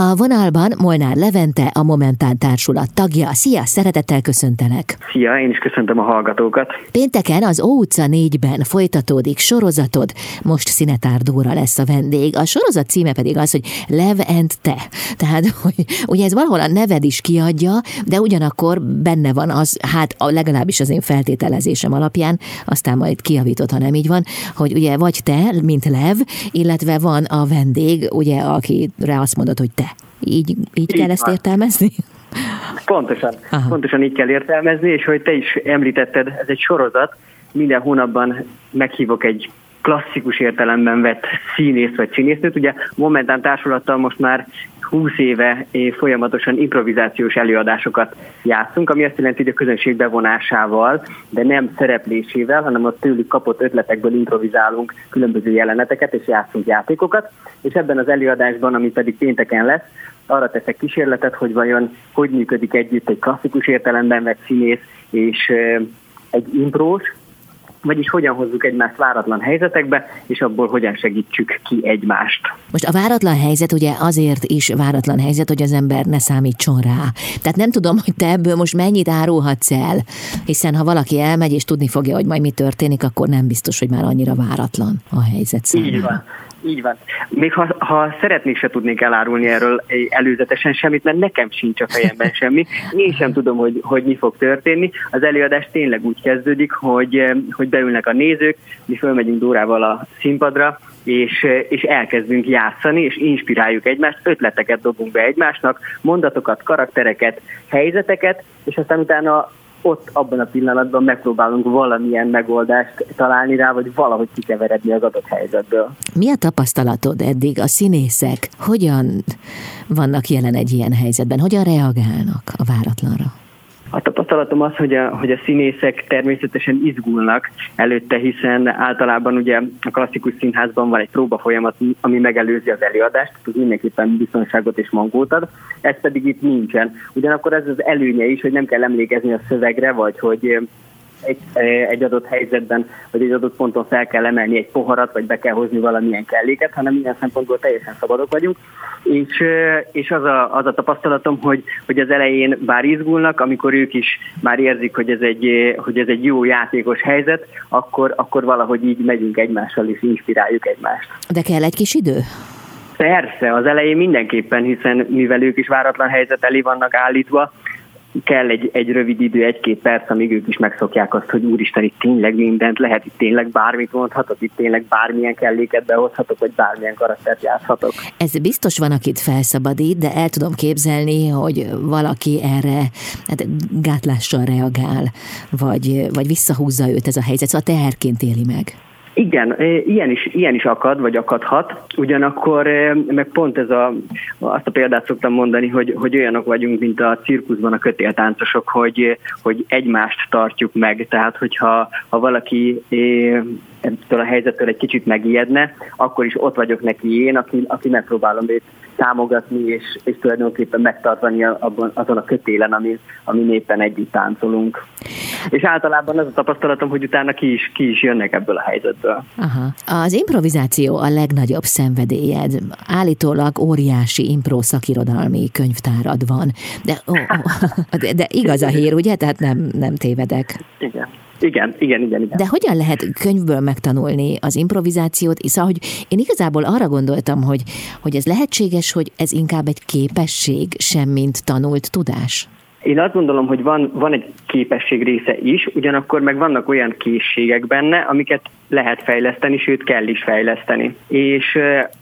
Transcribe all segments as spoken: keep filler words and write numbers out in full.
A vonalban Molnár Levente, a Momentán Társulat tagja. Szia, szeretettel köszöntelek! Szia, én is köszöntöm a hallgatókat! Pénteken az Ó utca négyben folytatódik sorozatod, most Szinetár Dóra lesz a vendég. A sorozat címe pedig az, hogy Lev and Te. Tehát, hogy ugye ez valahol a neved is kiadja, de ugyanakkor benne van az, hát legalábbis az én feltételezésem alapján, aztán majd kijavítod, ha nem így van, hogy ugye vagy te, mint Lev, illetve van a vendég, ugye, akire azt mondod, hogy te. Így, így, így kell ezt értelmezni? Pontosan, pontosan így kell értelmezni, és hogy te is említetted, ez egy sorozat, minden hónapban meghívok egy klasszikus értelemben vett színész vagy színésznőt. Ugye Momentán Társulattal most már húsz éve folyamatosan improvizációs előadásokat játszunk, ami azt jelenti, hogy a közönség bevonásával, de nem szereplésével, hanem a tőlük kapott ötletekből improvizálunk különböző jeleneteket és játszunk játékokat, és ebben az előadásban, ami pedig pénteken lesz, arra teszek kísérletet, hogy vajon hogy működik együtt egy klasszikus értelemben vett színész és egy imprós, vagyis hogyan hozzuk egymást váratlan helyzetekbe, és abból hogyan segítsük ki egymást. Most a váratlan helyzet ugye azért is váratlan helyzet, hogy az ember ne számítson rá. Tehát nem tudom, hogy te ebből most mennyit árulhatsz el, hiszen ha valaki elmegy és tudni fogja, hogy majd mi történik, akkor nem biztos, hogy már annyira váratlan a helyzet számára. Így van. Így van. Még ha, ha szeretnék, se tudnék elárulni erről előzetesen semmit, mert nekem sincs a fejemben semmi. Én sem tudom, hogy, hogy mi fog történni. Az előadás tényleg úgy kezdődik, hogy, hogy beülnek a nézők, mi fölmegyünk Dórával a színpadra, és, és elkezdünk játszani, és inspiráljuk egymást, ötleteket dobunk be egymásnak, mondatokat, karaktereket, helyzeteket, és aztán utána ott abban a pillanatban megpróbálunk valamilyen megoldást találni rá, vagy valahogy kikeveredni az adott helyzetből. Mi a tapasztalatod eddig? A színészek hogyan vannak jelen egy ilyen helyzetben? Hogyan reagálnak a váratlanra? A tapasztalatom az, hogy a, hogy a színészek természetesen izgulnak előtte, hiszen általában ugye a klasszikus színházban van egy próbafolyamat, ami megelőzi az előadást, ez mindenképpen biztonságot és mankót ad, ez pedig itt nincsen. Ugyanakkor ez az előnye is, hogy nem kell emlékezni a szövegre, vagy hogy egy, egy adott helyzetben, vagy egy adott ponton fel kell emelni egy poharat, vagy be kell hozni valamilyen kelléket, hanem minden szempontból teljesen szabadok vagyunk. És, és az, a, az a tapasztalatom, hogy, hogy az elején bár izgulnak, amikor ők is már érzik, hogy ez egy, hogy ez egy jó játékos helyzet, akkor, akkor valahogy így megyünk egymással, és inspiráljuk egymást. De kell egy kis idő? Persze, az elején mindenképpen, hiszen mivel ők is váratlan helyzet elé vannak állítva, kell egy, egy rövid idő, egy-két perc, amíg ők is megszokják azt, hogy úristen, itt tényleg mindent lehet, itt tényleg bármit mondhatok, itt tényleg bármilyen kelléket behozhatok, vagy bármilyen karaktert játszhatok. Ez biztos van, akit felszabadít, de el tudom képzelni, hogy valaki erre hát, gátlással reagál, vagy, vagy visszahúzza őt ez a helyzet, szóval teherként éli meg. Igen, ilyen is, ilyen is akad, vagy akadhat, ugyanakkor meg pont ez a, azt a példát szoktam mondani, hogy, hogy olyanok vagyunk, mint a cirkuszban a kötéltáncosok, hogy, hogy egymást tartjuk meg, tehát hogyha ha valaki ettől a helyzettől egy kicsit megijedne, akkor is ott vagyok neki én, aki, aki megpróbálom őt támogatni, és, és tulajdonképpen megtartani abban, azon a kötélen, amin, amin éppen együtt táncolunk. És általában az a tapasztalatom, hogy utána ki is, ki is jönnek ebből a helyzetből. Aha. Az improvizáció a legnagyobb szenvedélyed. Állítólag óriási impro szakirodalmi könyvtárad van. De, ó, ó, de, de igaz a hír, ugye? Tehát nem, nem tévedek. Igen. Igen, igen, igen, igen. De hogyan lehet könyvből megtanulni az improvizációt? Szóval, hogy én igazából arra gondoltam, hogy, hogy ez lehetséges, hogy ez inkább egy képesség, semmint tanult tudás. Én azt gondolom, hogy van, van egy képesség része is, ugyanakkor meg vannak olyan készségek benne, amiket lehet fejleszteni, sőt kell is fejleszteni. És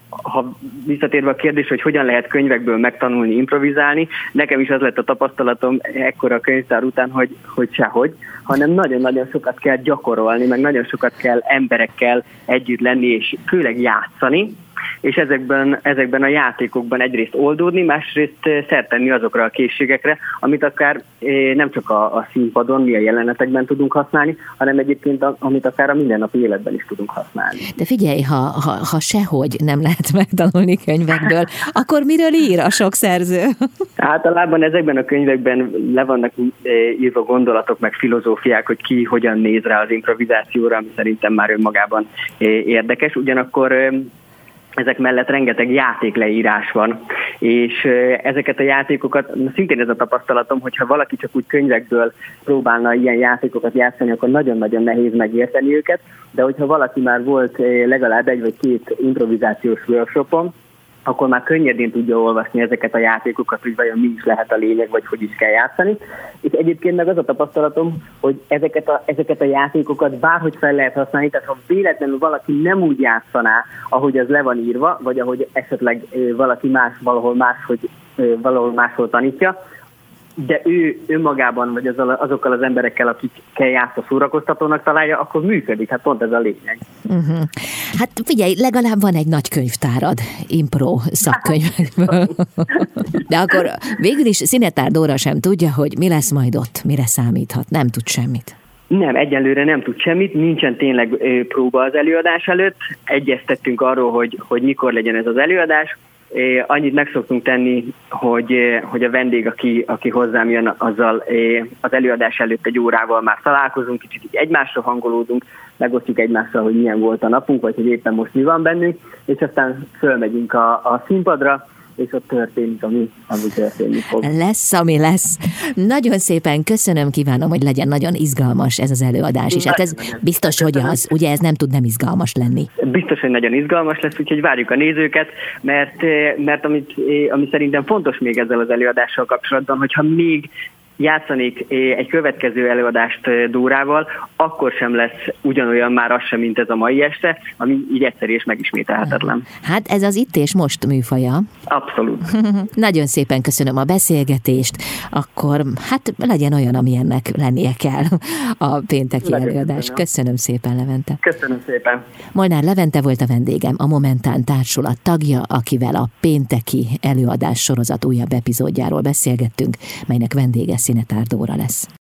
ha visszatérve a kérdés, hogy hogyan lehet könyvekből megtanulni, improvizálni, nekem is az lett a tapasztalatom ekkora könyvtár után, hogy, hogy sehogy, hanem nagyon-nagyon sokat kell gyakorolni, meg nagyon sokat kell emberekkel együtt lenni, és főleg játszani, és ezekben, ezekben a játékokban egyrészt oldódni, másrészt szert tenni azokra a készségekre, amit akár nem csak a, a színpadon, mi a jelenetekben tudunk használni, hanem egyébként a, amit akár a mindennapi életben is tudunk használni. De figyelj, ha, ha, ha sehogy nem lehet megtanulni könyvekből, akkor miről ír a sok szerző? Általában ezekben a könyvekben le vannak írva gondolatok, meg filozófiák, hogy ki hogyan néz rá az improvizációra, ami szerintem már önmagában érdekes. Ugyanakkor ezek mellett rengeteg játékleírás van, és ezeket a játékokat, szintén ez a tapasztalatom, hogyha valaki csak úgy könyvekből próbálna ilyen játékokat játszani, akkor nagyon-nagyon nehéz megérteni őket, de hogyha valaki már volt legalább egy vagy két improvizációs workshopon, akkor már könnyedén tudja olvasni ezeket a játékokat, hogy vajon mi is lehet a lényeg, vagy hogy is kell játszani. És egyébként meg az a tapasztalatom, hogy ezeket a, ezeket a játékokat bárhogy fel lehet használni, tehát ha véletlenül valaki nem úgy játszaná, ahogy az le van írva, vagy ahogy esetleg valaki más valahol máshogy, valahol máshol tanítja, de ő önmagában, vagy az, azokkal az emberekkel, akikkel játszva szórakoztatónak találja, akkor működik. Hát pont ez a lényeg. Uh-huh. Hát figyelj, legalább van egy nagy könyvtárad, impro szakkönyvekből. De akkor végül is Szinetár Dóra sem tudja, hogy mi lesz majd ott, mire számíthat. Nem tud semmit. Nem, egyelőre nem tud semmit, nincsen tényleg próba az előadás előtt. Egyeztettünk arról, hogy, hogy mikor legyen ez az előadás. Annyit meg szoktunk tenni, hogy, hogy a vendég, aki, aki hozzám jön, azzal az előadás előtt egy órával már találkozunk, kicsit így egymásra hangolódunk, megosztjuk egymással, hogy milyen volt a napunk, vagy hogy éppen most mi van bennünk, és aztán fölmegyünk a, a színpadra, és ott történik, ami, ami történik fog. Lesz, ami lesz. Nagyon szépen köszönöm, kívánom, hogy legyen nagyon izgalmas ez az előadás, és hát ez biztos, hogy az, ugye ez nem tud nem izgalmas lenni. Biztos, hogy nagyon izgalmas lesz, úgyhogy várjuk a nézőket, mert, mert amit, ami szerintem fontos még ezzel az előadással kapcsolatban, hogyha még játszanék egy következő előadást Dórával, akkor sem lesz ugyanolyan már az sem, mint ez a mai este, ami így egyszerű és megismételhetetlen. Hát ez az itt és most műfaja. Abszolút. Nagyon szépen köszönöm a beszélgetést, akkor hát legyen olyan, amilyennek lennie kell a pénteki Nagyon előadás. Köszönöm. köszönöm szépen, Levente. Köszönöm szépen. Molnár Levente volt a vendégem, a Momentán társulat tagja, akivel a pénteki előadás sorozat újabb epizódjáról beszélgettünk, melynek vendége Szinetár Dóra lesz.